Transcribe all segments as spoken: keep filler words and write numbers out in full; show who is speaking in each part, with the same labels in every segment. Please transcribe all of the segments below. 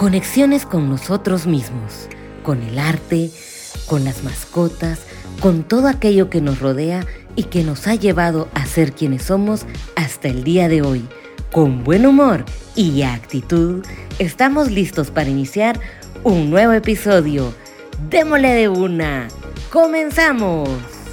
Speaker 1: Conexiones con nosotros mismos, con el arte, con las mascotas, con todo aquello que nos rodea y que nos ha llevado a ser quienes somos hasta el día de hoy. Con buen humor y actitud, estamos listos para iniciar un nuevo episodio. ¡Démosle de una! ¡Comenzamos!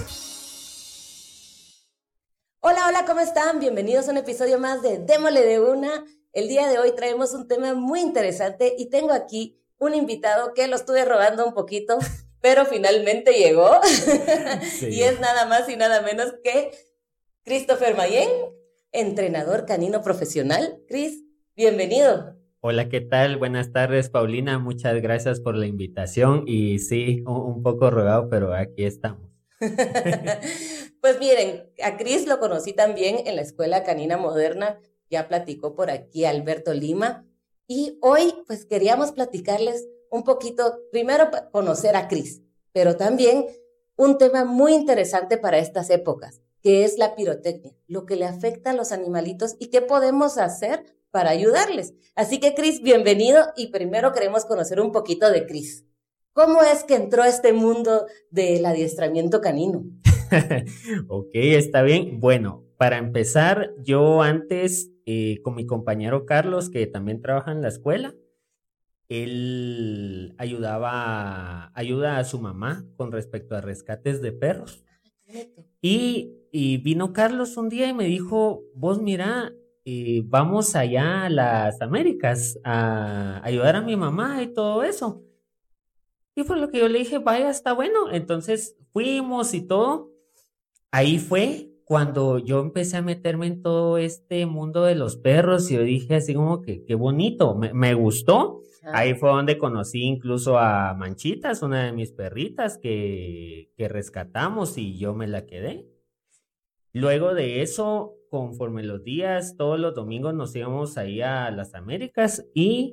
Speaker 1: Hola, hola, ¿cómo están? Bienvenidos a un episodio más de Démosle de una. El día de hoy traemos un tema muy interesante y tengo aquí un invitado que lo estuve robando un poquito, pero finalmente llegó. Sí. Y es nada más y nada menos que Christopher Mayen, entrenador canino profesional. Chris, bienvenido.
Speaker 2: Hola, ¿qué tal? Buenas tardes, Paulina. Muchas gracias por la invitación. Y sí, un, un poco rogado, pero aquí estamos.
Speaker 1: Pues miren, a Chris lo conocí también en la Escuela Canina Moderna. Ya platicó por aquí Alberto Lima. Y hoy, pues, queríamos platicarles un poquito, primero conocer a Chris, pero también un tema muy interesante para estas épocas, que es la pirotecnia, lo que le afecta a los animalitos y qué podemos hacer para ayudarles. Así que, Chris, bienvenido, y primero queremos conocer un poquito de Chris. ¿Cómo es que entró a este mundo del adiestramiento canino?
Speaker 2: Ok, está bien. Bueno, para empezar, yo antes, eh, con mi compañero Carlos, que también trabaja en la escuela, él ayudaba, ayuda a su mamá con respecto a rescates de perros. Y, y vino Carlos un día y me dijo, vos mira, eh, vamos allá a las Américas a ayudar a mi mamá y todo eso. Y fue lo que yo le dije, vaya, está bueno. Entonces fuimos y todo. Ahí fue cuando yo empecé a meterme en todo este mundo de los perros y yo dije así como que qué bonito, me, me gustó. Ahí fue donde conocí incluso a Manchitas, una de mis perritas que, que rescatamos y yo me la quedé. Luego de eso, conforme los días, todos los domingos nos íbamos ahí a las Américas y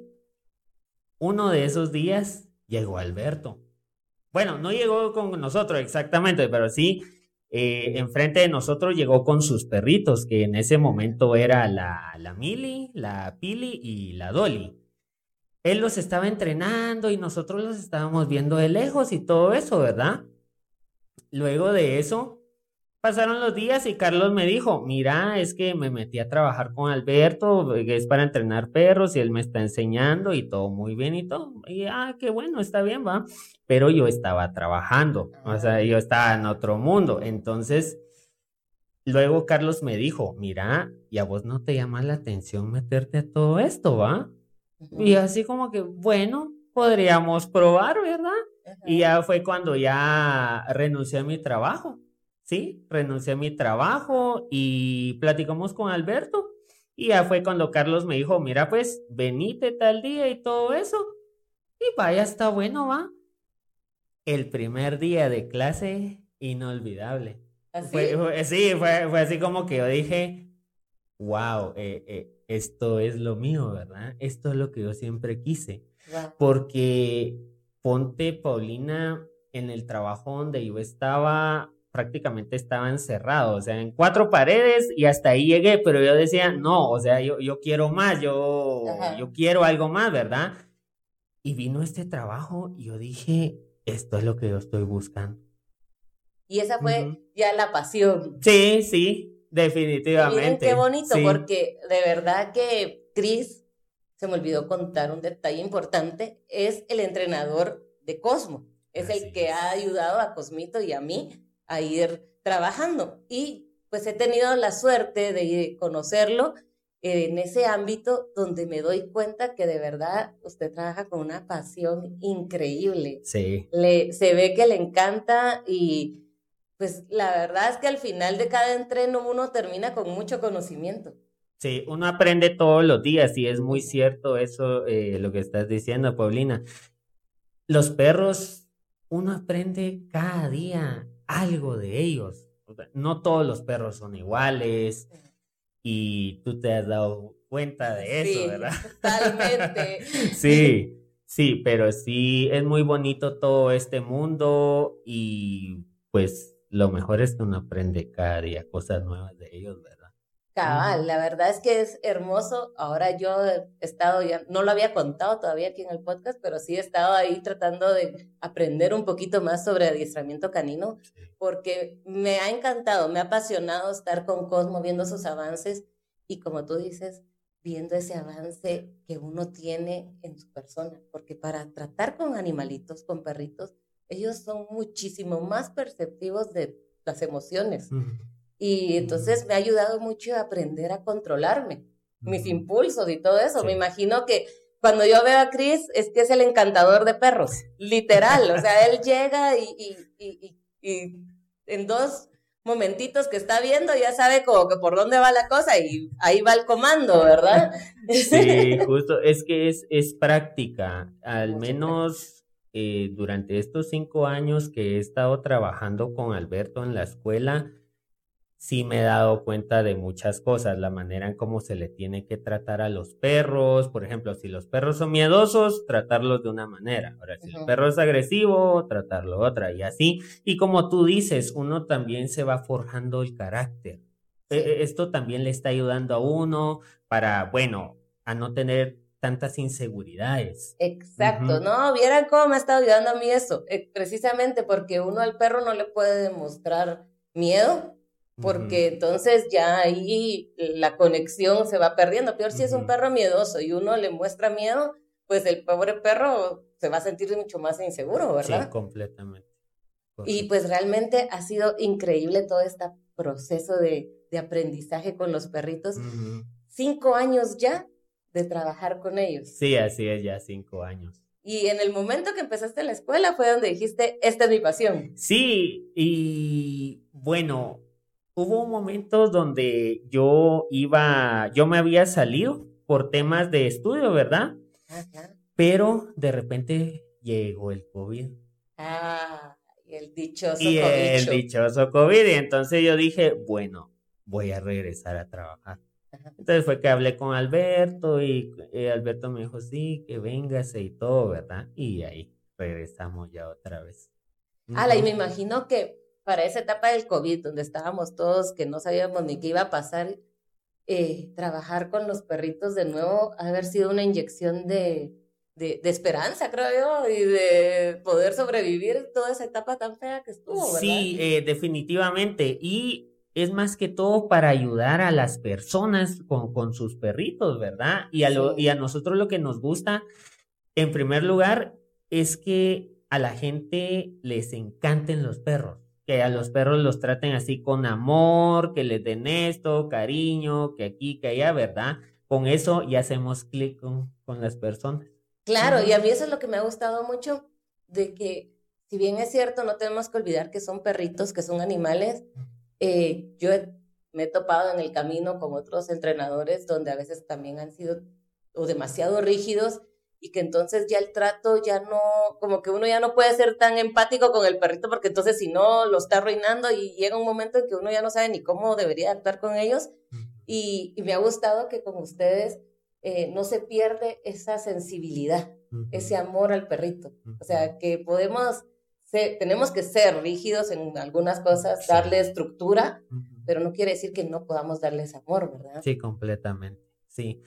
Speaker 2: uno de esos días llegó Alberto. Bueno, no llegó con nosotros exactamente, pero sí, eh, enfrente de nosotros llegó con sus perritos, que en ese momento era la, la Mili, la Pili y la Dolly. Él los estaba entrenando y nosotros los estábamos viendo de lejos y todo eso, ¿verdad? Luego de eso, pasaron los días y Carlos me dijo, mira, es que me metí a trabajar con Alberto, que es para entrenar perros y él me está enseñando y todo muy bien y todo. Y, ah, qué bueno, está bien, va. Pero yo estaba trabajando, o sea, yo estaba en otro mundo. Entonces, luego Carlos me dijo, mira, ¿y a vos no te llama la atención meterte a todo esto, va? Uh-huh. Y así como que, bueno, podríamos probar, ¿verdad? Uh-huh. Y ya fue cuando ya renuncié a mi trabajo. Sí, renuncié a mi trabajo y platicamos con Alberto y ya fue cuando Carlos me dijo, mira pues, venite tal día y todo eso y vaya, está bueno, va. El primer día de clase, inolvidable. ¿Así? Fue, fue, sí, fue, fue así como que yo dije, wow, eh, eh, esto es lo mío, ¿verdad? Esto es lo que yo siempre quise. Wow. Porque ponte, Paulina, en el trabajo donde yo estaba, prácticamente estaba encerrado, o sea, en cuatro paredes y hasta ahí llegué, pero yo decía, no, o sea, yo, yo quiero más, yo, yo quiero algo más, ¿verdad? Y vino este trabajo y yo dije, esto es lo que yo estoy buscando.
Speaker 1: Y esa fue uh-huh. ya la pasión.
Speaker 2: Sí, sí, definitivamente.
Speaker 1: Miren qué bonito,
Speaker 2: sí.
Speaker 1: Porque de verdad que Chris, se me olvidó contar un detalle importante, es el entrenador de Cosmo, es Así el que es. ha ayudado a Cosmito y a mí a ir trabajando y pues he tenido la suerte de conocerlo en ese ámbito donde me doy cuenta que de verdad usted trabaja con una pasión increíble.
Speaker 2: Sí.
Speaker 1: Le, se ve que le encanta y pues la verdad es que al final de cada entreno uno termina con mucho conocimiento.
Speaker 2: Sí, uno aprende todos los días y es muy cierto eso, eh, lo que estás diciendo, Paulina. Los perros, uno aprende cada día algo de ellos. No todos los perros son iguales y tú te has dado cuenta de eso,
Speaker 1: sí,
Speaker 2: ¿verdad?
Speaker 1: Totalmente.
Speaker 2: Sí, sí, pero sí es muy bonito todo este mundo y pues lo mejor es que uno aprende cada día cosas nuevas de ellos, ¿verdad?
Speaker 1: Cabal,
Speaker 2: Ujú.
Speaker 1: la verdad es que es hermoso. Ahora yo he estado ya, no lo había contado todavía aquí en el podcast, pero sí he estado ahí tratando de aprender un poquito más sobre adiestramiento canino, porque me ha encantado, me ha apasionado estar con Cosmo viendo sus avances y como tú dices, viendo ese avance que uno tiene en su persona, porque para tratar con animalitos, con perritos, ellos son muchísimo más perceptivos de las emociones.
Speaker 2: Ujú.
Speaker 1: Y entonces me ha ayudado mucho a aprender a controlarme, mis
Speaker 2: Ujú.
Speaker 1: impulsos y todo eso.
Speaker 2: Sí.
Speaker 1: Me imagino que cuando yo veo a Chris es que es el encantador de perros, literal. O sea, él llega y, y, y, y, y en dos momentitos que está viendo ya sabe como que por dónde va la cosa y ahí va el comando, ¿verdad?
Speaker 2: Sí, justo, es que es, es práctica, al
Speaker 1: Mucha
Speaker 2: menos eh, durante estos cinco años que he estado trabajando con Alberto en la escuela, sí me he dado cuenta de muchas cosas, la manera en cómo se le tiene que tratar a los perros, por ejemplo, si los perros son miedosos, tratarlos de una manera, ahora si el
Speaker 1: práctica.
Speaker 2: perro es agresivo, tratarlo otra y así, y como tú dices, uno también se va forjando el carácter. E-
Speaker 1: Sí.
Speaker 2: e- Esto también le está ayudando a uno para, bueno, a no tener tantas inseguridades.
Speaker 1: Exacto,
Speaker 2: Ujú,
Speaker 1: no, vieran cómo me ha estado ayudando a mí eso, eh, precisamente porque uno al perro no le puede demostrar miedo,
Speaker 2: ujú,
Speaker 1: porque entonces ya ahí la conexión se va perdiendo. Peor si es un
Speaker 2: ujú.
Speaker 1: perro miedoso y uno le muestra miedo, pues el pobre perro se va a sentir mucho más inseguro,
Speaker 2: Sí,
Speaker 1: ¿verdad?
Speaker 2: completamente,
Speaker 1: Y
Speaker 2: correcto.
Speaker 1: pues realmente ha sido increíble todo este proceso de, de aprendizaje con los perritos.
Speaker 2: Ujú.
Speaker 1: Cinco años ya de trabajar con ellos.
Speaker 2: Sí, así es, ya cinco años.
Speaker 1: Y en el momento que empezaste la escuela fue donde dijiste, esta es mi pasión.
Speaker 2: Sí, y bueno, hubo momentos donde yo iba, yo me había salido por temas de estudio, ¿verdad?
Speaker 1: Ajá.
Speaker 2: Pero de repente llegó el COVID
Speaker 1: Ah, y el dichoso
Speaker 2: y el
Speaker 1: cobicho.
Speaker 2: dichoso COVID, y entonces yo dije, bueno, voy a regresar a trabajar.
Speaker 1: Ajá.
Speaker 2: Entonces fue que hablé con Alberto y eh, Alberto me dijo, sí, que véngase y todo, ¿verdad? Y ahí regresamos ya otra vez.
Speaker 1: Ala, y me
Speaker 2: Ujú.
Speaker 1: imagino que para esa etapa del COVID, donde estábamos todos que no sabíamos ni qué iba a pasar, eh, trabajar con los perritos de nuevo ha haber sido una inyección de, de, de esperanza, creo yo, y de poder sobrevivir toda esa etapa tan fea que estuvo, ¿verdad?
Speaker 2: Sí, eh, definitivamente. Y es más que todo para ayudar a las personas con, con sus perritos, ¿verdad? Y a, lo, y
Speaker 1: Sí,
Speaker 2: a nosotros lo que nos gusta, en primer lugar, es que a la gente les encanten los perros, que a los perros los traten así con amor, que les den esto, cariño, que aquí, que allá, ¿verdad? Con eso ya hacemos clic con, con las personas.
Speaker 1: claro, y
Speaker 2: Ujú,
Speaker 1: a mí eso es lo que me ha gustado mucho, de que si bien es cierto, no tenemos que olvidar que son perritos, que son animales, eh, yo he- me he topado en el camino con otros entrenadores donde a veces también han sido o demasiado rígidos y que entonces ya el trato ya no, como que uno ya no puede ser tan empático con el perrito porque entonces si no lo está arruinando y llega un momento en que uno ya no sabe ni cómo debería actuar con ellos y, y me ha gustado que con ustedes eh, no se pierde esa sensibilidad, ese
Speaker 2: ujú,
Speaker 1: amor al perrito. O
Speaker 2: ujú.
Speaker 1: sea, que podemos, ser, tenemos que ser rígidos en algunas cosas,
Speaker 2: Sí.
Speaker 1: darle estructura,
Speaker 2: Ujú.
Speaker 1: pero no quiere decir que no podamos darles amor, ¿verdad?
Speaker 2: Sí, completamente, sí.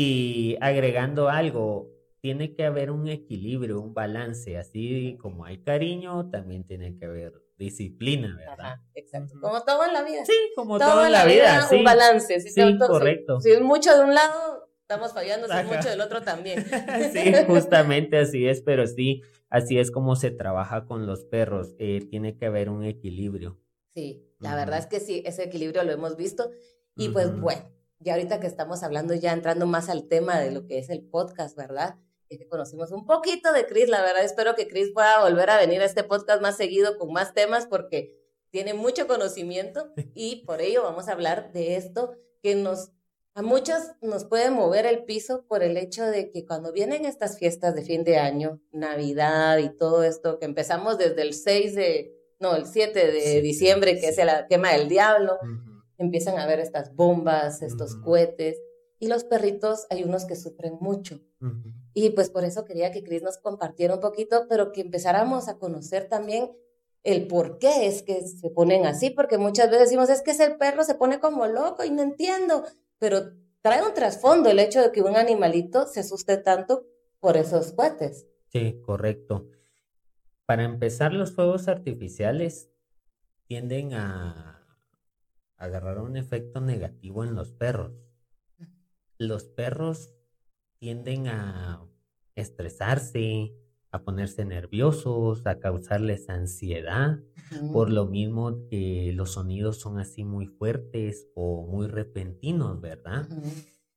Speaker 2: Y agregando algo, tiene que haber un equilibrio, un balance, así como hay cariño, también tiene que haber disciplina, ¿verdad?
Speaker 1: Ajá, exacto.
Speaker 2: Ujú.
Speaker 1: Como todo en la vida.
Speaker 2: Sí, como todo
Speaker 1: Todo
Speaker 2: en
Speaker 1: en la
Speaker 2: la vida,
Speaker 1: vida, un
Speaker 2: sí,
Speaker 1: balance. Si,
Speaker 2: sí,
Speaker 1: to- si,
Speaker 2: correcto.
Speaker 1: si es mucho de un lado, estamos fallando, si es mucho
Speaker 2: Ajá.
Speaker 1: del otro también.
Speaker 2: Sí, justamente así es, pero sí, así es como se trabaja con los perros, eh, tiene que haber un equilibrio.
Speaker 1: Sí, la verdad
Speaker 2: Ujú,
Speaker 1: es que sí, ese equilibrio lo hemos visto. Y pues
Speaker 2: ujú.
Speaker 1: bueno, ya ahorita que estamos hablando, ya entrando más al tema de lo que es el podcast, ¿verdad? Es que conocimos un poquito de Chris, la verdad espero que Chris pueda volver a venir a este podcast más seguido con más temas porque tiene mucho conocimiento y por ello vamos a hablar de esto que nos, a muchos nos puede mover el piso por el hecho de que cuando vienen estas fiestas de fin de año, Navidad y todo esto, que empezamos desde el seis de no, el siete de
Speaker 2: siete de
Speaker 1: diciembre, que es
Speaker 2: diciembre.
Speaker 1: la quema del diablo,
Speaker 2: Ujú,
Speaker 1: empiezan a ver estas bombas, estos
Speaker 2: ujú,
Speaker 1: cohetes, y los perritos hay unos que sufren mucho.
Speaker 2: ujú.
Speaker 1: Y pues por eso quería que Chris nos compartiera un poquito, pero que empezáramos a conocer también, el por qué es que se ponen así, porque muchas veces decimos, es que ese perro se pone como loco y no entiendo, pero trae un trasfondo el hecho de que un animalito se asuste tanto por esos cohetes.
Speaker 2: Sí, correcto. Para empezar, los fuegos artificiales tienden a agarrar un efecto negativo en los perros. Los perros tienden a estresarse, a ponerse nerviosos, a causarles ansiedad, uh-huh. por lo mismo que los sonidos son así muy fuertes o muy repentinos, ¿verdad? Uh-huh.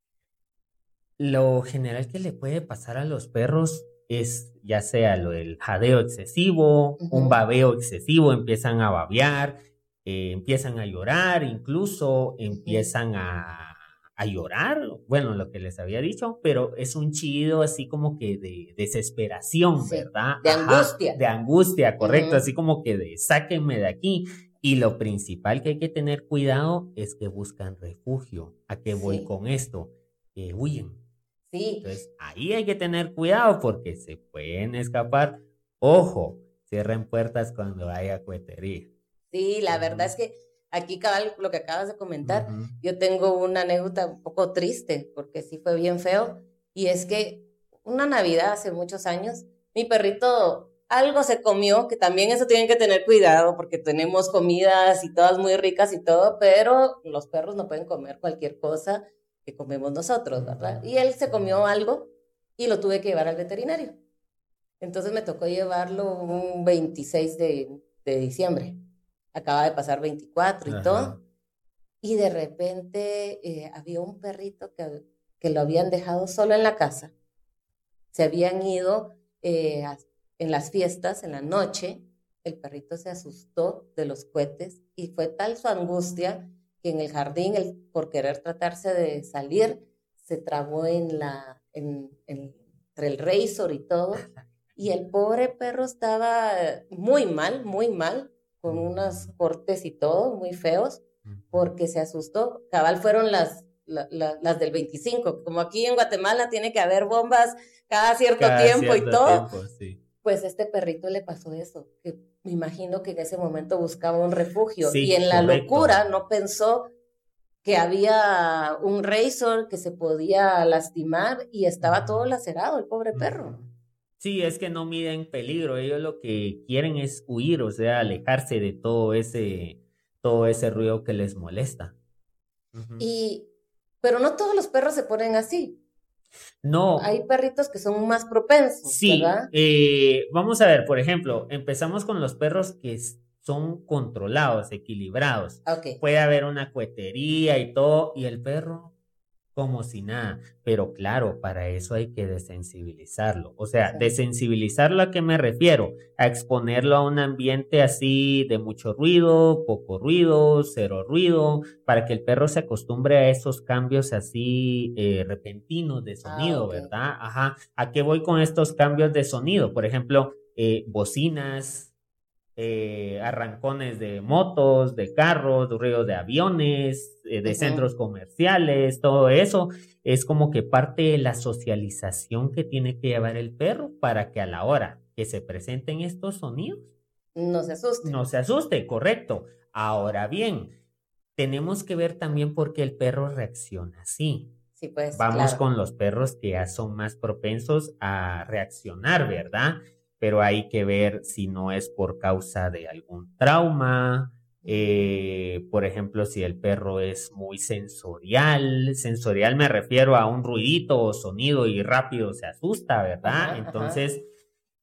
Speaker 2: Lo general que le puede pasar a los perros es ya sea lo del jadeo excesivo, uh-huh. un babeo excesivo, empiezan a babear, eh, empiezan a llorar, incluso empiezan a a llorar, bueno, lo que les había dicho, pero es un chillido así como que de desesperación, sí, ¿verdad?
Speaker 1: De Ajá, angustia.
Speaker 2: De angustia, correcto, uh-huh. así como que de sáquenme de aquí. Y lo principal que hay que tener cuidado es que buscan refugio. ¿A qué voy sí. con esto? Que huyen.
Speaker 1: Sí.
Speaker 2: Entonces, ahí hay que tener cuidado porque se pueden escapar. Ojo, cierren puertas cuando haya cohetería.
Speaker 1: Sí, la uh-huh. verdad es que aquí, cabal, lo que acabas de comentar, uh-huh. yo tengo una anécdota un poco triste, porque sí fue bien feo, y es que una Navidad hace muchos años, mi perrito algo se comió, que también eso tienen que tener cuidado, porque tenemos comidas y todas muy ricas y todo, pero los perros no pueden comer cualquier cosa que comemos nosotros, ¿verdad? Y él se comió algo y lo tuve que llevar al veterinario. Entonces me tocó llevarlo un veintiséis de diciembre. Acaba de pasar veinticuatro y Ajá. todo, y de repente eh, había un perrito que, que lo habían dejado solo en la casa. Se habían ido eh, a, en las fiestas, en la noche, el perrito se asustó de los cohetes y fue tal su angustia que en el jardín, el, por querer tratarse de salir, se trabó en la, en, en, entre el razor y todo, y el pobre perro estaba muy mal, muy mal, con unos cortes y todo, muy feos, porque se asustó. Cabal fueron las, la, la, las del veinticinco, como aquí en Guatemala tiene que haber bombas cada cierto cada tiempo cierto y todo. Tiempo, sí. Pues este perrito le pasó eso, que me imagino que en ese momento buscaba un refugio, sí, y en la correcto. locura no pensó que había un razor que se podía lastimar y estaba todo lacerado el pobre perro.
Speaker 2: Sí, es que no miden peligro, ellos lo que quieren es huir, o sea, alejarse de todo ese, todo ese ruido que les molesta.
Speaker 1: Uh-huh. Y, pero no todos los perros se ponen así.
Speaker 2: No.
Speaker 1: Hay perritos que son más propensos,
Speaker 2: sí,
Speaker 1: ¿verdad?
Speaker 2: Eh, vamos a ver, por ejemplo, empezamos con los perros que son controlados, equilibrados.
Speaker 1: Okay.
Speaker 2: Puede haber una cohetería y todo, y el perro como si nada, pero claro, para eso hay que desensibilizarlo, o sea, sí. desensibilizarlo, ¿a qué me refiero? A exponerlo a un ambiente así de mucho ruido, poco ruido, cero ruido, para que el perro se acostumbre a esos cambios así eh, repentinos de sonido, ah, okay. ¿verdad? Ajá, ¿a qué voy con estos cambios de sonido? Por ejemplo, eh, bocinas, Eh, arrancones de motos, de carros, de ruidos de aviones, eh, de uh-huh. centros comerciales, todo eso es como que parte de la socialización que tiene que llevar el perro para que a la hora que se presenten estos sonidos
Speaker 1: no se asuste.
Speaker 2: No se asuste, correcto. Ahora bien, tenemos que ver también por qué el perro reacciona así.
Speaker 1: Sí, pues,
Speaker 2: Vamos
Speaker 1: claro.
Speaker 2: con los perros que ya son más propensos a reaccionar, ¿verdad? Pero hay que ver si no es por causa de algún trauma, eh, por ejemplo, si el perro es muy sensorial, sensorial me refiero a un ruidito o sonido y rápido se asusta, ¿verdad? Ajá, Entonces, ajá.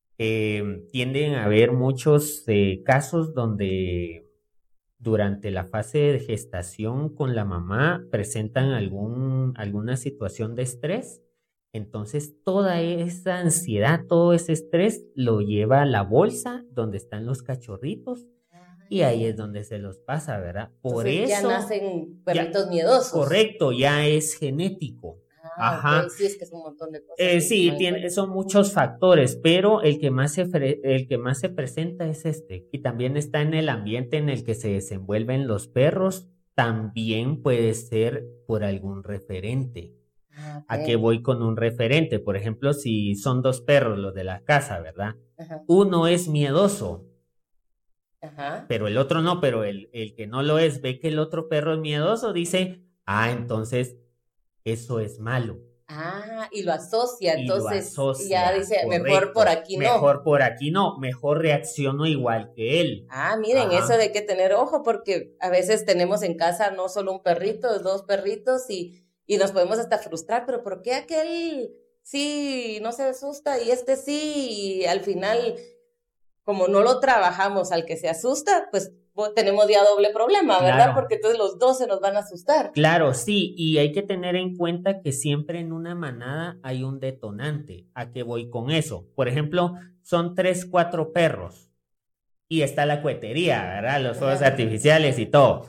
Speaker 2: Eh, tienden a haber muchos eh, casos donde durante la fase de gestación con la mamá presentan algún, alguna situación de estrés. Entonces, toda esa ansiedad, todo ese estrés lo lleva a la bolsa donde están los cachorritos y ahí es donde se los pasa, ¿verdad? Por
Speaker 1: Entonces,
Speaker 2: eso...
Speaker 1: ya nacen perritos ya, miedosos.
Speaker 2: Correcto, ya es genético.
Speaker 1: Ah,
Speaker 2: Ajá.
Speaker 1: Okay. Sí, es que es un montón de cosas.
Speaker 2: Eh, sí, tiene, son muchos factores, pero el que, más se fre- el que más se presenta es este. Y también está en el ambiente en el que se desenvuelven los perros. También puede ser por algún referente.
Speaker 1: Okay.
Speaker 2: ¿A qué voy con un referente? Por ejemplo, si son dos perros los de la casa, ¿verdad?
Speaker 1: Ajá.
Speaker 2: Uno es miedoso
Speaker 1: Ajá.
Speaker 2: Pero el otro no, pero el, el que no lo es, ve que el otro perro es miedoso, dice, ah, entonces eso es malo.
Speaker 1: Ah, y lo asocia,
Speaker 2: Y lo
Speaker 1: entonces
Speaker 2: asocia,
Speaker 1: ya dice,
Speaker 2: correcto,
Speaker 1: mejor por aquí no.
Speaker 2: Mejor por aquí no, mejor reacciono igual que él.
Speaker 1: Ah, miren,
Speaker 2: Ajá.
Speaker 1: eso de que tener ojo, porque a veces tenemos en casa no solo un perrito, dos perritos y, y nos podemos hasta frustrar, pero ¿por qué aquel sí no se asusta y este sí? Y al final, como no lo trabajamos al que se asusta, pues tenemos ya doble problema, ¿verdad?
Speaker 2: Claro.
Speaker 1: Porque entonces los dos se nos van a asustar.
Speaker 2: Claro, sí, y hay que tener en cuenta que siempre en una manada hay un detonante. ¿A qué voy con eso? Por ejemplo, son tres, cuatro perros y está la cuetería, ¿verdad? Los fuegos artificiales y todo.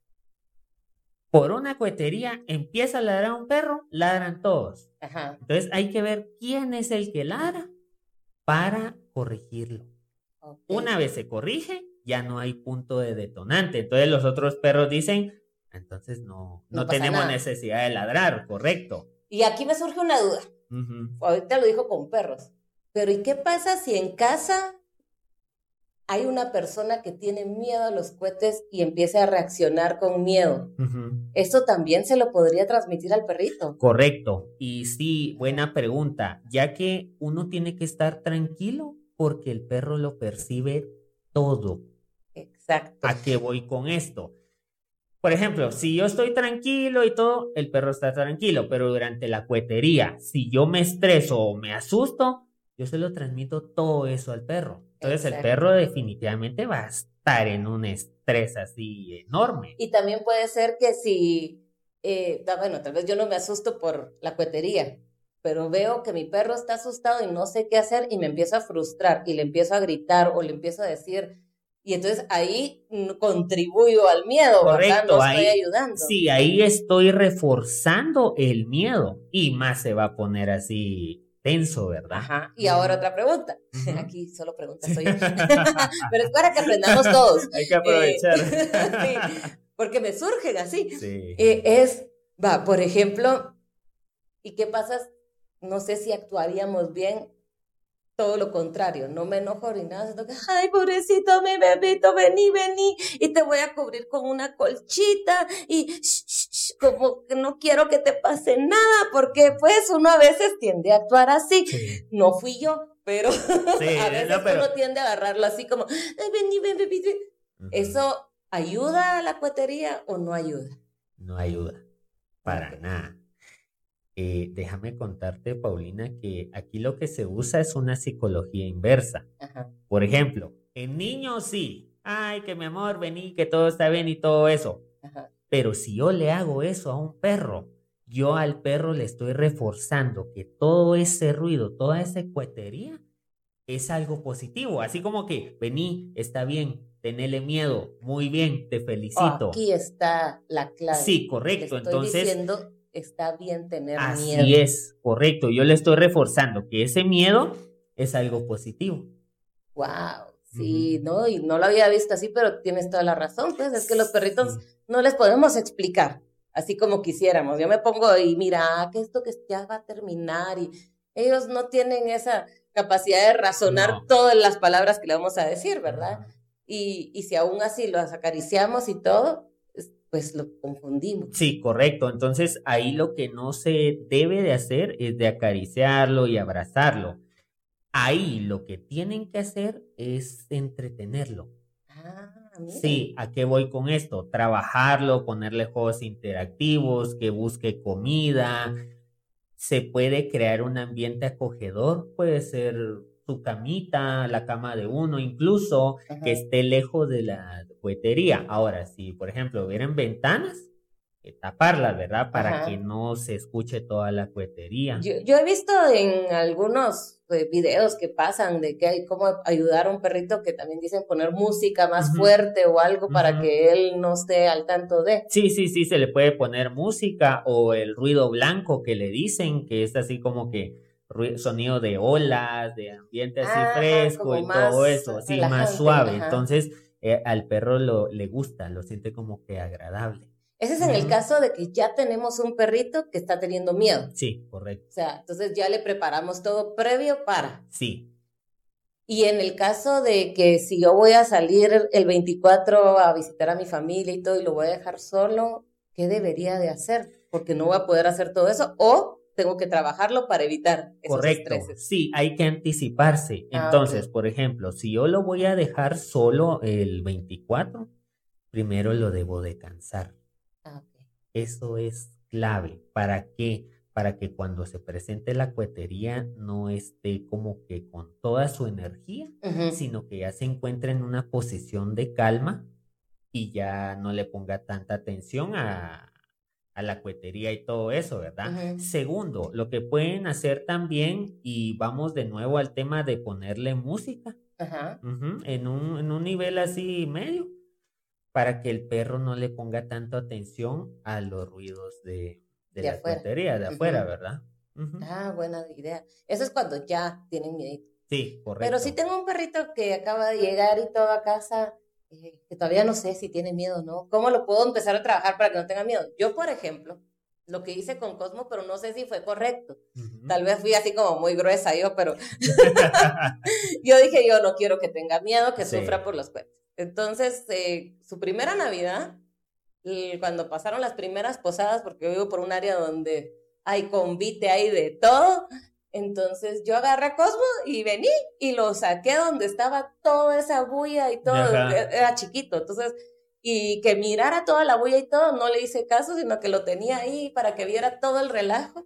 Speaker 2: Por una cuetería empieza a ladrar un perro, ladran todos.
Speaker 1: Ajá.
Speaker 2: Entonces hay que ver quién es el que ladra para corregirlo. Okay. Una vez se corrige, ya no hay punto de detonante. Entonces los otros perros dicen, entonces no, no, no tenemos nada. Necesidad de ladrar, correcto.
Speaker 1: Y aquí me surge una duda.
Speaker 2: Uh-huh.
Speaker 1: Ahorita lo dijo con perros. Pero ¿y qué pasa si en casa hay una persona que tiene miedo a los cohetes y empieza a reaccionar con miedo?
Speaker 2: Uh-huh.
Speaker 1: ¿Eso también se lo podría transmitir al perrito?
Speaker 2: Correcto. Y sí, buena pregunta. Ya que uno tiene que estar tranquilo porque el perro lo percibe todo.
Speaker 1: Exacto.
Speaker 2: ¿A qué voy con esto? Por ejemplo, si yo estoy tranquilo y todo, el perro está tranquilo, pero durante la cuetería, si yo me estreso o me asusto, yo se lo transmito todo eso al perro. Entonces Exacto. El perro definitivamente va a estar en un estrés así enorme.
Speaker 1: Y también puede ser que si, eh, bueno, tal vez yo no me asusto por la cuetería, pero veo que mi perro está asustado y no sé qué hacer y me empiezo a frustrar y le empiezo a gritar o le empiezo a decir, y entonces ahí contribuyo al miedo,
Speaker 2: correcto,
Speaker 1: ¿verdad? No
Speaker 2: ahí,
Speaker 1: estoy ayudando.
Speaker 2: Sí, ahí estoy reforzando el miedo y más se va a poner así tenso, ¿verdad?
Speaker 1: Ajá, y ahora otra pregunta. Uh-huh. Aquí solo preguntas soy yo. Pero es para que aprendamos todos.
Speaker 2: Hay que aprovechar.
Speaker 1: Eh, sí, porque me surgen así.
Speaker 2: Sí.
Speaker 1: Eh, es, va, por ejemplo, ¿y qué pasa? No sé si actuaríamos bien, todo lo contrario, no me enojo ni nada, sino que, ay, pobrecito, mi bebito, vení, vení, y te voy a cubrir con una colchita, y sh, sh, sh, como que no quiero que te pase nada, porque pues uno a veces tiende a actuar así, sí. No fui yo, pero sí, a veces no, pero... uno tiende a agarrarlo así como, ay, vení, ven, bebito, uh-huh. ¿Eso ayuda a la cuetería o no ayuda?
Speaker 2: No ayuda, para okay. nada. Eh, déjame contarte, Paulina, que aquí lo que se usa es una psicología inversa.
Speaker 1: Ajá.
Speaker 2: Por ejemplo, en niños sí, ay, que mi amor, vení, que todo está bien y todo eso.
Speaker 1: Ajá.
Speaker 2: Pero si yo le hago eso a un perro, yo al perro le estoy reforzando que todo ese ruido, toda esa cuetería es algo positivo. Así como que, vení, está bien, tenele miedo, muy bien, te felicito.
Speaker 1: Oh, aquí está la clave.
Speaker 2: Sí, correcto.
Speaker 1: Te estoy
Speaker 2: Entonces,
Speaker 1: diciendo... está bien tener
Speaker 2: así
Speaker 1: miedo.
Speaker 2: Así es, correcto. Yo le estoy reforzando que ese miedo es algo positivo.
Speaker 1: Wow, sí, uh-huh. no, y no lo había visto así, pero tienes toda la razón, pues es que los perritos sí. no les podemos explicar así como quisiéramos. Yo me pongo y mira, que esto que ya va a terminar y ellos no tienen esa capacidad de razonar no. todas las palabras que le vamos a decir, ¿verdad? Uh-huh. Y, y si aún así los acariciamos y todo, pues lo confundimos.
Speaker 2: Sí, correcto. Entonces, ahí lo que no se debe de hacer es de acariciarlo y abrazarlo. Ahí lo que tienen que hacer es entretenerlo.
Speaker 1: Ah, mira.
Speaker 2: Sí, ¿a qué voy con esto? Trabajarlo, ponerle juegos interactivos, que busque comida. Se puede crear un ambiente acogedor, puede ser su camita, la cama de uno, incluso Ajá. que esté lejos de la juguetería. Ahora, si por ejemplo hubieran ventanas, eh, taparlas, ¿verdad? Para Ajá. que no se escuche toda la juguetería.
Speaker 1: Yo, yo he visto en algunos eh, videos que pasan de que hay cómo ayudar a un perrito que también dicen poner música más uh-huh. fuerte o algo uh-huh. para que él no esté al tanto de.
Speaker 2: Sí, sí, sí, se le puede poner música o el ruido blanco que le dicen, que es así como que sonido de olas, de ambiente así ah, fresco y todo eso, así más suave. Ajá. Entonces, eh, al perro lo, le gusta, lo siente como que agradable.
Speaker 1: Ese es en uh-huh. el caso de que ya tenemos un perrito que está teniendo miedo.
Speaker 2: Sí, correcto.
Speaker 1: O sea, entonces ya le preparamos todo previo para.
Speaker 2: Sí.
Speaker 1: Y en el caso de que si yo voy a salir el veinticuatro a visitar a mi familia y todo y lo voy a dejar solo, ¿qué debería de hacer? Porque no voy a poder hacer todo eso o tengo que trabajarlo para evitar esos
Speaker 2: Correcto,
Speaker 1: estreses.
Speaker 2: sí, hay que anticiparse.
Speaker 1: Ah,
Speaker 2: Entonces,
Speaker 1: ok.
Speaker 2: por ejemplo, si yo lo voy a dejar solo el veinticuatro, primero lo debo de cansar.
Speaker 1: Ah, ok.
Speaker 2: Eso es clave. ¿Para qué? Para que cuando se presente la cuetería no esté como que con toda su energía,
Speaker 1: Ujú.
Speaker 2: sino que ya se encuentre en una posición de calma y ya no le ponga tanta atención a, a la cuetería y todo eso, ¿verdad?
Speaker 1: Ujú.
Speaker 2: Segundo, lo que pueden hacer también, y vamos de nuevo al tema de ponerle música,
Speaker 1: Ajá.
Speaker 2: ujú, en un, en un nivel así medio, para que el perro no le ponga tanto atención a los ruidos de, de
Speaker 1: De
Speaker 2: la
Speaker 1: afuera.
Speaker 2: cuetería de afuera,
Speaker 1: Ujú.
Speaker 2: ¿verdad? Ujú.
Speaker 1: Ah, buena idea. Eso es cuando ya tienen miedo.
Speaker 2: Sí,
Speaker 1: Pero sí
Speaker 2: correcto.
Speaker 1: tengo un perrito que acaba de llegar y todo a casa, eh, que todavía no sé si tiene miedo o no. ¿Cómo lo puedo empezar a trabajar para que no tenga miedo? Yo, por ejemplo, lo que hice con Cosmo, pero no sé si fue correcto.
Speaker 2: Ujú.
Speaker 1: Tal vez fui así como muy gruesa yo, pero yo dije, yo no quiero que tenga miedo, que
Speaker 2: Sí.
Speaker 1: sufra por los cuerpos. Entonces, eh, su primera Navidad, y cuando pasaron las primeras posadas, porque yo vivo por un área donde hay convite, hay de todo, entonces yo agarré a Cosmo y vení y lo saqué donde estaba toda esa bulla y todo,
Speaker 2: Ajá.
Speaker 1: era chiquito, entonces, y que mirara toda la bulla y todo, no le hice caso, sino que lo tenía ahí para que viera todo el relajo.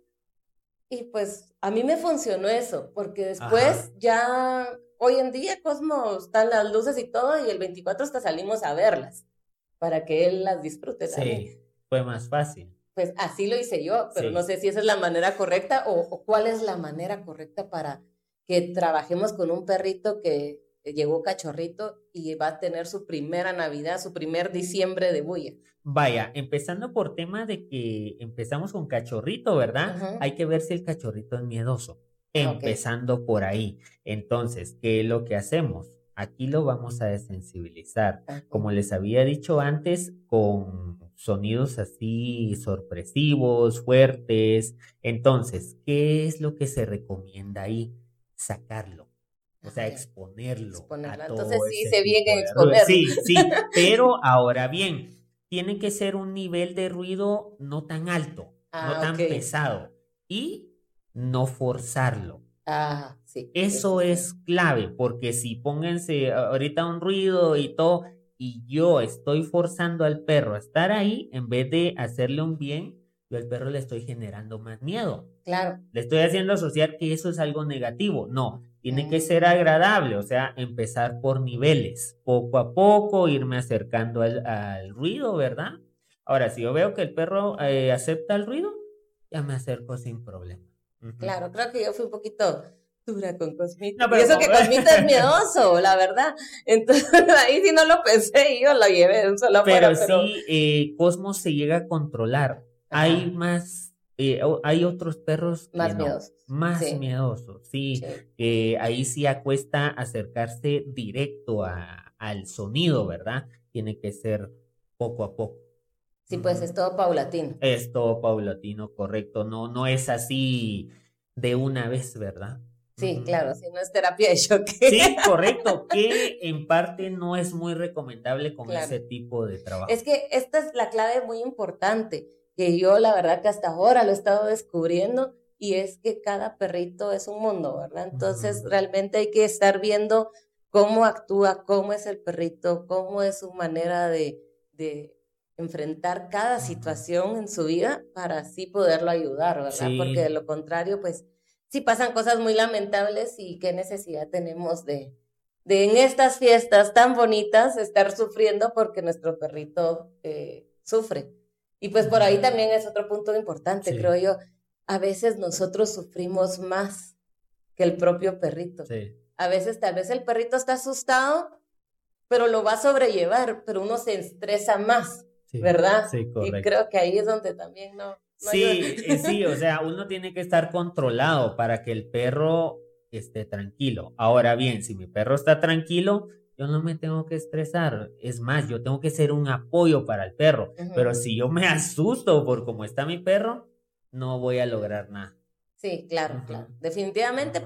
Speaker 1: Y pues a mí me funcionó eso, porque después
Speaker 2: Ajá.
Speaker 1: ya, hoy en día Cosmo están las luces y todo, y el veinticuatro hasta salimos a verlas, para que él las disfrute también.
Speaker 2: Sí, fue más fácil.
Speaker 1: Pues así lo hice yo, pero no
Speaker 2: Sí.
Speaker 1: sé si esa es la manera correcta o, o cuál es la manera correcta para que trabajemos con un perrito que llegó cachorrito y va a tener su primera Navidad, su primer diciembre de bulla.
Speaker 2: Vaya, empezando por tema de que empezamos con cachorrito, ¿verdad?
Speaker 1: Ujú.
Speaker 2: Hay que ver si el cachorrito es miedoso.
Speaker 1: Ah, ok.
Speaker 2: Empezando por ahí. Entonces, ¿qué es lo que hacemos? Aquí lo vamos a desensibilizar.
Speaker 1: Ok.
Speaker 2: Como les había dicho antes, con sonidos así sorpresivos, fuertes. Entonces, ¿qué es lo que se recomienda ahí? Sacarlo. O sea,
Speaker 1: Ah, ok.
Speaker 2: exponerlo
Speaker 1: Exponerla.
Speaker 2: a
Speaker 1: Entonces
Speaker 2: todo
Speaker 1: sí
Speaker 2: ese
Speaker 1: hice bien
Speaker 2: tipo
Speaker 1: en
Speaker 2: de ruido.
Speaker 1: exponerlo.
Speaker 2: Sí, sí, pero ahora bien, tiene que ser un nivel de ruido no tan alto, no
Speaker 1: Ah,
Speaker 2: tan
Speaker 1: ok.
Speaker 2: pesado y no forzarlo.
Speaker 1: Ah, sí.
Speaker 2: Eso
Speaker 1: Eso sí.
Speaker 2: es clave, porque si pónganse ahorita un ruido y todo, y yo estoy forzando al perro a estar ahí, en vez de hacerle un bien, yo al perro le estoy generando más miedo.
Speaker 1: Claro.
Speaker 2: Le estoy haciendo asociar que eso es algo negativo. No, tiene que
Speaker 1: Mm.
Speaker 2: ser agradable, o sea, empezar por niveles, poco a poco, irme acercando al, al ruido, ¿verdad? Ahora, si yo veo que el perro eh, acepta el ruido, ya me acerco sin problema. Ujú.
Speaker 1: Claro, creo que yo fui un poquito dura con Cosmito.
Speaker 2: No,
Speaker 1: Y
Speaker 2: pero
Speaker 1: eso
Speaker 2: como-
Speaker 1: que Cosmito es miedoso, la verdad. Entonces ahí sí no lo pensé y yo lo llevé de un solo
Speaker 2: Pero
Speaker 1: afuera, pero...
Speaker 2: sí, eh, Cosmos se llega a controlar. Hay
Speaker 1: Ajá,
Speaker 2: más, eh, o- hay otros perros que
Speaker 1: más
Speaker 2: no,
Speaker 1: miedosos.
Speaker 2: más
Speaker 1: Sí,
Speaker 2: miedosos, sí.
Speaker 1: sí.
Speaker 2: Eh, ahí sí acuesta acercarse directo a, al sonido, ¿verdad? Tiene que ser poco a poco.
Speaker 1: Sí, pues
Speaker 2: Ujú.
Speaker 1: es todo paulatino.
Speaker 2: Es todo paulatino, correcto. No, no es así de una vez, ¿verdad?
Speaker 1: Sí,
Speaker 2: Ujú.
Speaker 1: claro, si no es terapia de choque.
Speaker 2: Sí, correcto, que en parte no es muy recomendable con
Speaker 1: Claro.
Speaker 2: ese tipo de trabajo.
Speaker 1: Es que esta es la clave muy importante, que yo la verdad que hasta ahora lo he estado descubriendo, y es que cada perrito es un mundo, ¿verdad? Entonces
Speaker 2: Ujú.
Speaker 1: realmente hay que estar viendo cómo actúa, cómo es el perrito, cómo es su manera de, de enfrentar cada
Speaker 2: Ujú.
Speaker 1: situación en su vida para así poderlo ayudar, ¿verdad? Porque de
Speaker 2: Sí,
Speaker 1: lo contrario, pues sí pasan cosas muy lamentables y qué necesidad tenemos de, de en estas fiestas tan bonitas estar sufriendo porque nuestro perrito eh, sufre. Y pues por ahí también es otro punto importante,
Speaker 2: sí,
Speaker 1: creo yo. A veces nosotros sufrimos más que el propio perrito.
Speaker 2: sí,
Speaker 1: A veces tal vez el perrito está asustado, pero lo va a sobrellevar, pero uno se estresa más,
Speaker 2: sí,
Speaker 1: ¿verdad?
Speaker 2: sí,
Speaker 1: Y
Speaker 2: correcto.
Speaker 1: creo que ahí es donde también no, no ayuda.
Speaker 2: Sí, eh, sí, o sea, uno tiene que estar controlado para que el perro esté tranquilo. Ahora bien, si mi perro está tranquilo, yo no me tengo que estresar. Es más, yo tengo que ser un apoyo para el perro.
Speaker 1: Ujú.
Speaker 2: Pero si yo me asusto por cómo está mi perro, no voy a lograr nada.
Speaker 1: Sí, claro,
Speaker 2: Ujú,
Speaker 1: claro. Definitivamente,
Speaker 2: ujú.
Speaker 1: pues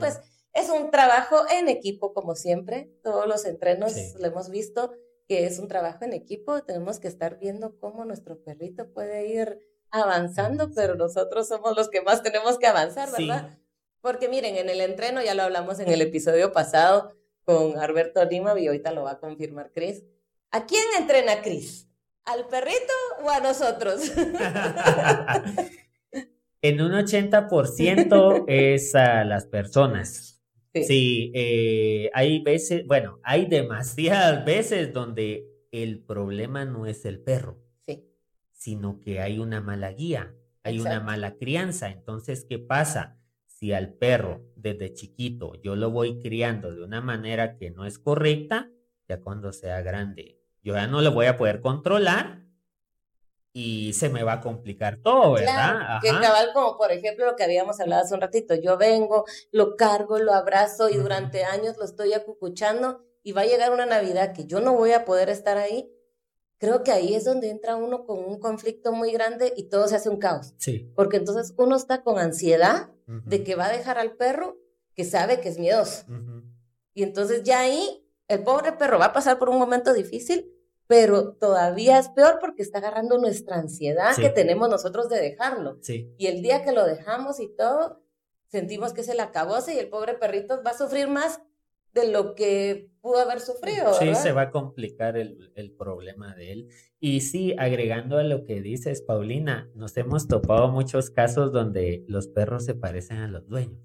Speaker 1: es un trabajo en equipo, como siempre. Todos los entrenos
Speaker 2: Sí.
Speaker 1: lo hemos visto, que es un trabajo en equipo. Tenemos que estar viendo cómo nuestro perrito puede ir avanzando,
Speaker 2: Sí.
Speaker 1: pero nosotros somos los que más tenemos que avanzar, ¿verdad?
Speaker 2: Sí.
Speaker 1: Porque miren, en el entreno, ya lo hablamos en el episodio pasado con Alberto Lima, y ahorita lo va a confirmar Cris. ¿A quién entrena Cris? ¿Al perrito o a nosotros?
Speaker 2: En un ochenta por ciento es a las personas.
Speaker 1: Sí.
Speaker 2: Sí, eh, hay veces, bueno, hay demasiadas veces donde el problema no es el perro,
Speaker 1: Sí.
Speaker 2: sino que hay una mala guía, hay
Speaker 1: Exacto.
Speaker 2: una mala crianza. Entonces, ¿qué pasa? Si al perro desde chiquito yo lo voy criando de una manera que no es correcta, ya cuando sea grande, yo ya no lo voy a poder controlar y se me va a complicar todo, ¿verdad?
Speaker 1: Claro, que
Speaker 2: Ajá.
Speaker 1: cabal, como por ejemplo lo que habíamos hablado hace un ratito, yo vengo, lo cargo, lo abrazo y
Speaker 2: Ujú.
Speaker 1: durante años lo estoy acucuchando y va a llegar una Navidad que yo no voy a poder estar ahí. Creo que ahí es donde entra uno con un conflicto muy grande y todo se hace un caos.
Speaker 2: Sí.
Speaker 1: Porque entonces uno está con ansiedad
Speaker 2: Ujú.
Speaker 1: de que va a dejar al perro que sabe que es miedoso.
Speaker 2: Ujú.
Speaker 1: Y entonces ya ahí el pobre perro va a pasar por un momento difícil, pero todavía es peor porque está agarrando nuestra ansiedad
Speaker 2: Sí.
Speaker 1: que tenemos nosotros de dejarlo.
Speaker 2: Sí.
Speaker 1: Y el día que lo dejamos y todo, sentimos que se le acabó y el pobre perrito va a sufrir más de lo que pudo haber sufrido,
Speaker 2: Sí,
Speaker 1: ¿verdad?
Speaker 2: se va a complicar el, el problema de él. Y sí, agregando a lo que dices, Paulina, nos hemos topado muchos casos donde los perros se parecen a los dueños.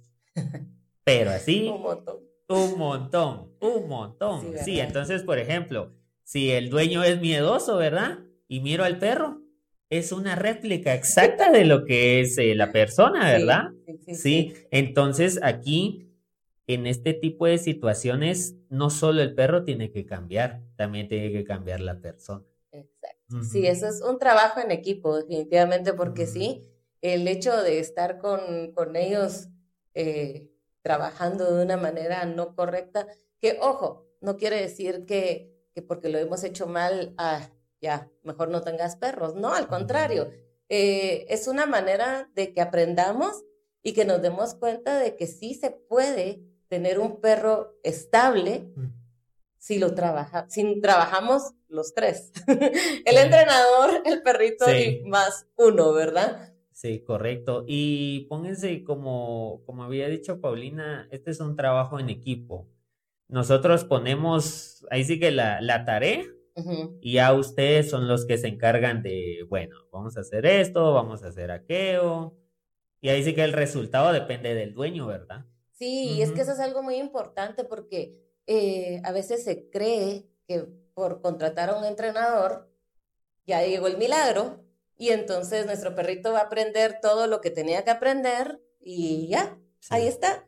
Speaker 2: Pero así,
Speaker 1: Un montón.
Speaker 2: un montón, un montón.
Speaker 1: Sí,
Speaker 2: Sí,
Speaker 1: ¿verdad?
Speaker 2: entonces, por ejemplo, si el dueño es miedoso, ¿verdad? Y miro al perro, es una réplica exacta de lo que es eh, la persona, ¿verdad?
Speaker 1: Sí, sí, sí,
Speaker 2: Sí,
Speaker 1: sí.
Speaker 2: entonces aquí, en este tipo de situaciones, no solo el perro tiene que cambiar, también tiene que cambiar la persona.
Speaker 1: Exacto.
Speaker 2: Ujú.
Speaker 1: Sí, eso es un trabajo en equipo, definitivamente, porque
Speaker 2: Ujú.
Speaker 1: sí, el hecho de estar con, con ellos eh, trabajando de una manera no correcta, que ojo, no quiere decir que, que porque lo hemos hecho mal, ah, ya, mejor no tengas perros. No, al contrario, eh, es una manera de que aprendamos y que nos demos cuenta de que sí se puede tener un perro estable
Speaker 2: Ujú.
Speaker 1: si lo trabaja, si trabajamos los tres. El
Speaker 2: Sí.
Speaker 1: entrenador, el perrito
Speaker 2: Sí.
Speaker 1: y más uno, ¿verdad?
Speaker 2: Sí, correcto. Y pónganse, como, como había dicho Paulina, este es un trabajo en equipo. Nosotros ponemos, ahí sí que la, la tarea,
Speaker 1: Ujú.
Speaker 2: y ya ustedes son los que se encargan de, bueno, vamos a hacer esto, vamos a hacer aquello. Y ahí sí que el resultado depende del dueño, ¿verdad?
Speaker 1: Sí, y es que
Speaker 2: Ujú.
Speaker 1: eso es algo muy importante porque eh, a veces se cree que por contratar a un entrenador ya llegó el milagro y entonces nuestro perrito va a aprender todo lo que tenía que aprender y ya, ahí
Speaker 2: Sí.
Speaker 1: está.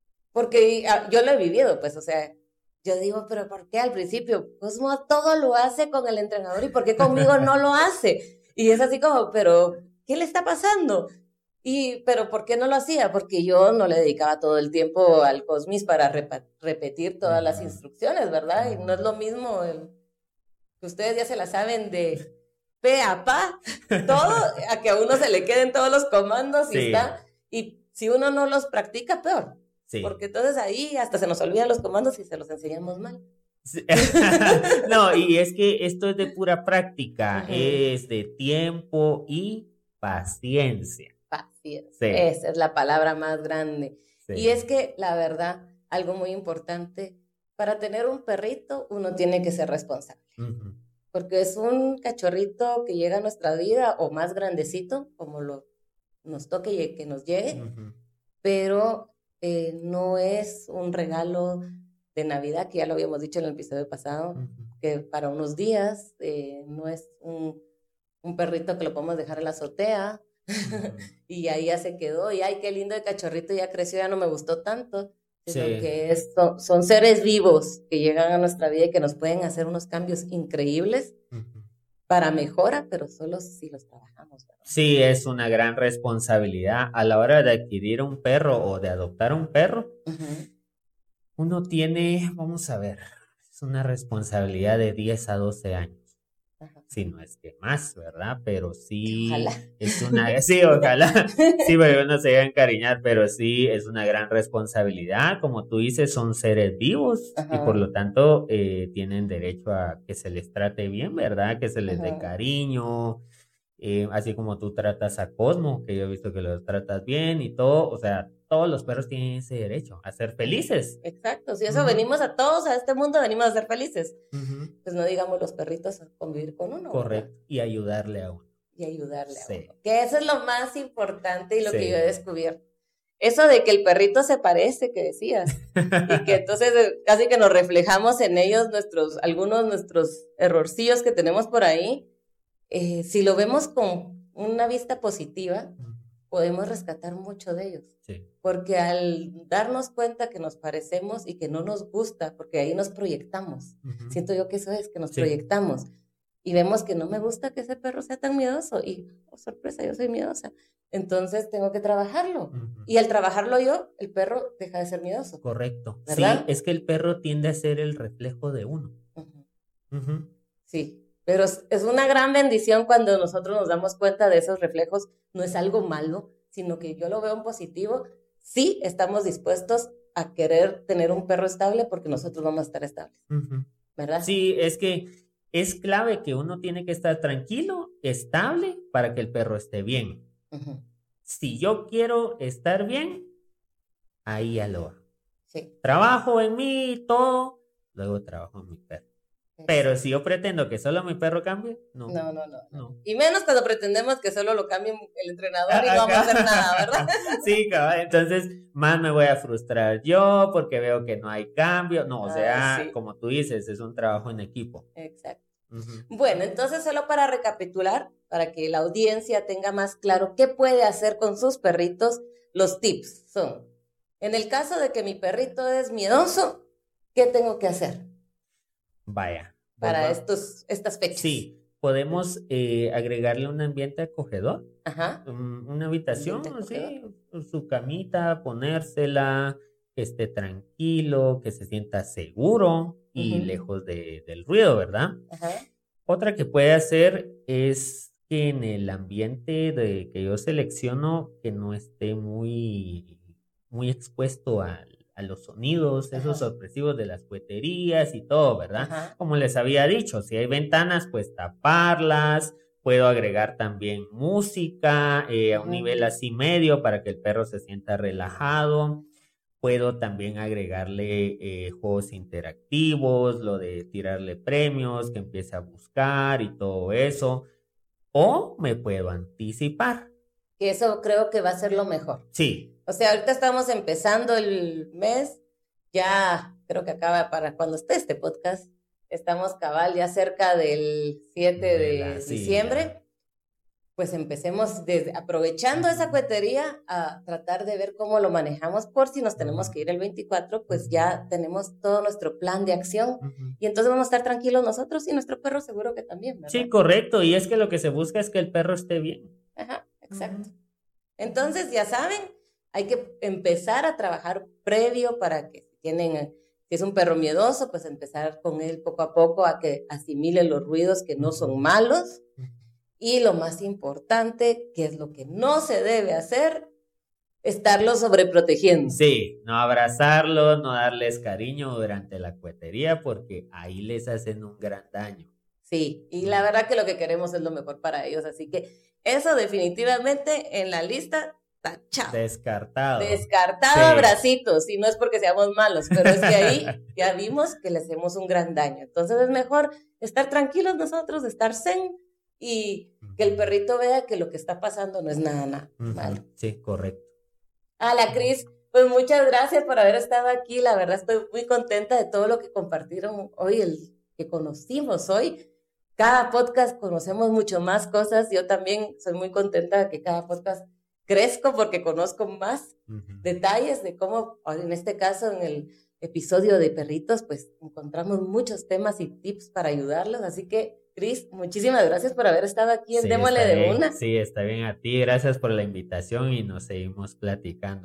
Speaker 1: Porque ah, yo lo he vivido, pues, o sea, yo digo, pero ¿por qué al principio? Pues no, todo lo hace con el entrenador y ¿por qué conmigo no lo hace? Y es así como, pero ¿qué le está pasando? Y, pero ¿por qué no lo hacía? Porque yo no le dedicaba todo el tiempo al Cosmis para repa- repetir todas las
Speaker 2: Ujú.
Speaker 1: instrucciones, ¿verdad? Y no es lo mismo el, que ustedes ya se la saben de pe a pa, todo, a que a uno se le queden todos los comandos y
Speaker 2: Sí.
Speaker 1: está. Y si uno no los practica, peor.
Speaker 2: Sí.
Speaker 1: Porque entonces ahí hasta se nos olvidan los comandos y se los enseñamos mal.
Speaker 2: Sí. No, y es que esto es de pura práctica,
Speaker 1: Ujú.
Speaker 2: es de tiempo y paciencia.
Speaker 1: Paciencia.
Speaker 2: Sí.
Speaker 1: Esa es la palabra más grande.
Speaker 2: Sí.
Speaker 1: Y es que, la verdad, algo muy importante, para tener un perrito, uno tiene que ser responsable.
Speaker 2: Ujú.
Speaker 1: Porque es un cachorrito que llega a nuestra vida, o más grandecito, como lo, nos toque y que nos llegue,
Speaker 2: Ujú.
Speaker 1: pero eh, no es un regalo de Navidad, que ya lo habíamos dicho en el episodio pasado,
Speaker 2: Ujú.
Speaker 1: que para unos días eh, no es un, un perrito que lo podemos dejar en la azotea
Speaker 2: Ujú.
Speaker 1: y ahí ya se quedó y ay, qué lindo el cachorrito, ya creció, ya no me gustó tanto, sino
Speaker 2: Sí.
Speaker 1: que es, son, son seres vivos que llegan a nuestra vida y que nos pueden hacer unos cambios increíbles
Speaker 2: Ujú.
Speaker 1: para mejora, pero solo si los trabajamos, ¿verdad?
Speaker 2: Sí, es una gran responsabilidad a la hora de adquirir un perro o de adoptar un perro.
Speaker 1: Ujú.
Speaker 2: Uno tiene, vamos a ver, es una responsabilidad de diez a doce años. si no es que más, ¿verdad? Pero sí
Speaker 1: Ojalá.
Speaker 2: es una, sí, ojalá, sí, porque uno se llega a encariñar, pero sí es una gran responsabilidad, como tú dices, son seres vivos
Speaker 1: Ajá.
Speaker 2: y por lo tanto eh, tienen derecho a que se les trate bien, ¿verdad? Que se les dé
Speaker 1: Ajá.
Speaker 2: cariño, eh, así como tú tratas a Cosmo, que yo he visto que los tratas bien y todo, o sea, todos los perros tienen ese derecho a ser felices.
Speaker 1: Exacto, si eso
Speaker 2: Ujú.
Speaker 1: venimos a todos a este mundo, venimos a ser felices.
Speaker 2: Ujú.
Speaker 1: Pues no digamos los perritos a convivir con uno,
Speaker 2: Correcto,
Speaker 1: ¿verdad?
Speaker 2: y ayudarle a uno.
Speaker 1: Y ayudarle
Speaker 2: Sí.
Speaker 1: a uno. Que eso es lo más importante y lo
Speaker 2: Sí.
Speaker 1: que yo he descubierto. Eso de que el perrito se parece, que decías, y que entonces eh, casi que nos reflejamos en ellos nuestros, algunos nuestros errorcillos que tenemos por ahí. Eh, si lo vemos con una vista positiva, podemos rescatar mucho de ellos.
Speaker 2: Sí.
Speaker 1: Porque al darnos cuenta que nos parecemos y que no nos gusta, porque ahí nos proyectamos.
Speaker 2: Ujú.
Speaker 1: Siento yo que eso es, que nos
Speaker 2: Sí.
Speaker 1: proyectamos. Y vemos que no me gusta que ese perro sea tan miedoso. Y, oh, sorpresa, yo soy miedosa. Entonces tengo que trabajarlo.
Speaker 2: Ujú.
Speaker 1: Y al trabajarlo yo, el perro deja de ser miedoso.
Speaker 2: Correcto.
Speaker 1: ¿Verdad?
Speaker 2: Sí, es que el perro tiende a ser el reflejo de uno.
Speaker 1: Ujú.
Speaker 2: Ujú.
Speaker 1: Sí. Pero es, es una gran bendición cuando nosotros nos damos cuenta de esos reflejos. No es algo malo, sino que yo lo veo en positivo. Sí, estamos dispuestos a querer tener un perro estable porque nosotros vamos a estar estables,
Speaker 2: Ujú.
Speaker 1: ¿verdad?
Speaker 2: Sí, es que es clave que uno tiene que estar tranquilo, estable, para que el perro esté bien.
Speaker 1: Ujú.
Speaker 2: Si yo quiero estar bien, ahí ya lo hago.
Speaker 1: Sí.
Speaker 2: Trabajo en mí, todo, luego trabajo en mi perro. Pero si yo pretendo que solo mi perro cambie, no.
Speaker 1: No, no, no.
Speaker 2: No.
Speaker 1: Y menos cuando pretendemos que solo lo cambie el entrenador y no
Speaker 2: Ajá.
Speaker 1: vamos a hacer nada, ¿verdad?
Speaker 2: Sí, cabal, entonces más me voy a frustrar yo porque veo que no hay cambio. No, o sea,
Speaker 1: Ay, sí.
Speaker 2: como tú dices, es un trabajo en equipo.
Speaker 1: Exacto.
Speaker 2: Ujú.
Speaker 1: Bueno, entonces solo para recapitular, para que la audiencia tenga más claro qué puede hacer con sus perritos, los tips son, en el caso de que mi perrito es miedoso, ¿qué tengo que hacer
Speaker 2: Vaya.
Speaker 1: para
Speaker 2: volva-
Speaker 1: estos, estas fechas?
Speaker 2: Sí, podemos eh, agregarle un ambiente acogedor,
Speaker 1: Ajá.
Speaker 2: un- una habitación,
Speaker 1: Ambiente
Speaker 2: sí, su camita, ponérsela, que esté tranquilo, que se sienta seguro y
Speaker 1: Ujú.
Speaker 2: lejos de- del ruido, ¿verdad?
Speaker 1: Ajá.
Speaker 2: Otra que puede hacer es que en el ambiente de que yo selecciono que no esté muy, muy expuesto a, a los sonidos, esos
Speaker 1: Ajá.
Speaker 2: sorpresivos de las jugueterías y todo, ¿verdad?
Speaker 1: Ajá.
Speaker 2: Como les había dicho, si hay ventanas, pues taparlas. Puedo agregar también música eh, a un
Speaker 1: Ujú.
Speaker 2: nivel así medio para que el perro se sienta relajado. Puedo también agregarle eh, juegos interactivos, lo de tirarle premios, que empiece a buscar y todo eso. O me puedo anticipar.
Speaker 1: Que eso creo que va a ser lo mejor.
Speaker 2: Sí.
Speaker 1: O sea, ahorita estamos empezando el mes, ya creo que acaba para cuando esté este podcast, estamos cabal ya cerca del siete de,
Speaker 2: De la- sí,
Speaker 1: diciembre,
Speaker 2: ya.
Speaker 1: pues empecemos desde, aprovechando esa cuetería a tratar de ver cómo lo manejamos por si nos tenemos que ir el veinticuatro, pues ya tenemos todo nuestro plan de acción
Speaker 2: Ujú.
Speaker 1: y entonces vamos a estar tranquilos nosotros y nuestro perro seguro que también, ¿verdad?
Speaker 2: Sí, correcto. Y es que lo que se busca es que el perro esté bien.
Speaker 1: Ajá, exacto.
Speaker 2: Ujú.
Speaker 1: Entonces, ya saben, hay que empezar a trabajar previo para que si tienen, si es un perro miedoso, pues empezar con él poco a poco a que asimile los ruidos que no son malos. Y lo más importante, que es lo que no se debe hacer, estarlo sobreprotegiendo.
Speaker 2: Sí, no abrazarlos, no darles cariño durante la cuetería porque ahí les hacen un gran daño.
Speaker 1: Sí, y la verdad que lo que queremos es lo mejor para ellos, así que eso definitivamente en la lista tachado.
Speaker 2: Descartado.
Speaker 1: Descartado
Speaker 2: Sí.
Speaker 1: abracitos, y no es porque seamos malos, pero es que ahí ya vimos que le hacemos un gran daño. Entonces es mejor estar tranquilos nosotros, estar zen y que el perrito vea que lo que está pasando no es nada, nada
Speaker 2: Ujú.
Speaker 1: malo.
Speaker 2: Sí, correcto.
Speaker 1: A la Cris, pues muchas gracias por haber estado aquí. La verdad estoy muy contenta de todo lo que compartieron hoy, el que conocimos hoy. Cada podcast conocemos mucho más cosas. Yo también soy muy contenta de que cada podcast crezco porque conozco más
Speaker 2: Ujú.
Speaker 1: detalles de cómo, en este caso, en el episodio de perritos, pues encontramos muchos temas y tips para ayudarlos. Así que, Cris, muchísimas gracias por haber estado aquí en
Speaker 2: Sí,
Speaker 1: Démosle
Speaker 2: está
Speaker 1: de
Speaker 2: bien.
Speaker 1: Una.
Speaker 2: Sí, está bien a ti. Gracias por la invitación y nos seguimos platicando.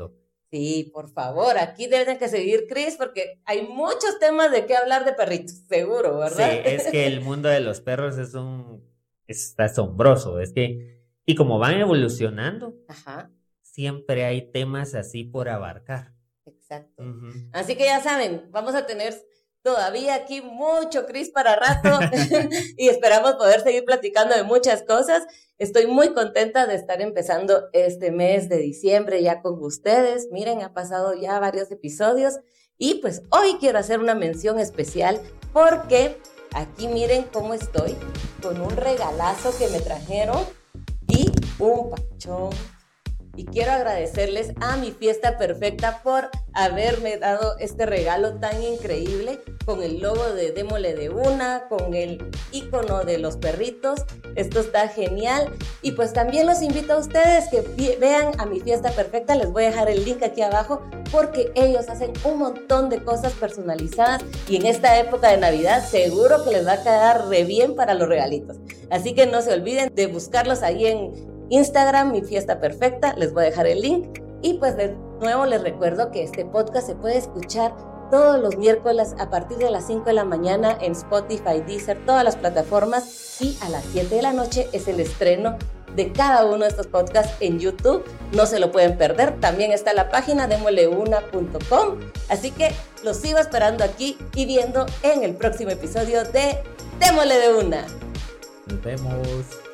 Speaker 1: Sí, por favor, aquí deben que seguir Cris porque hay muchos temas de qué hablar de perritos, seguro, ¿verdad?
Speaker 2: Sí, es que el mundo de los perros es un, es asombroso, es que, y como van evolucionando,
Speaker 1: Ajá.
Speaker 2: Siempre hay temas así por abarcar.
Speaker 1: Exacto.
Speaker 2: Uh-huh.
Speaker 1: Así que ya saben, vamos a tener todavía aquí mucho Cris para rato y esperamos poder seguir platicando de muchas cosas. Estoy muy contenta de estar empezando este mes de diciembre ya con ustedes. Miren, ha pasado ya varios episodios y pues hoy quiero hacer una mención especial porque aquí miren cómo estoy con un regalazo que me trajeron y un pachón. Y quiero agradecerles a Mi Fiesta Perfecta por haberme dado este regalo tan increíble con el logo de Démosle de Una, con el icono de los perritos. Esto está genial. Y pues también los invito a ustedes que vean a Mi Fiesta Perfecta. Les voy a dejar el link aquí abajo porque ellos hacen un montón de cosas personalizadas y en esta época de Navidad seguro que les va a quedar re bien para los regalitos. Así que no se olviden de buscarlos ahí en Instagram, Mi Fiesta Perfecta, les voy a dejar el link. Y pues de nuevo les recuerdo que este podcast se puede escuchar todos los miércoles a partir de las cinco de la mañana en Spotify, Deezer, todas las plataformas, y a las siete de la noche es el estreno de cada uno de estos podcasts en YouTube. No se lo pueden perder, también está la página démosle una punto com, así que los sigo esperando aquí y viendo en el próximo episodio de Démosle de Una.
Speaker 2: Nos vemos.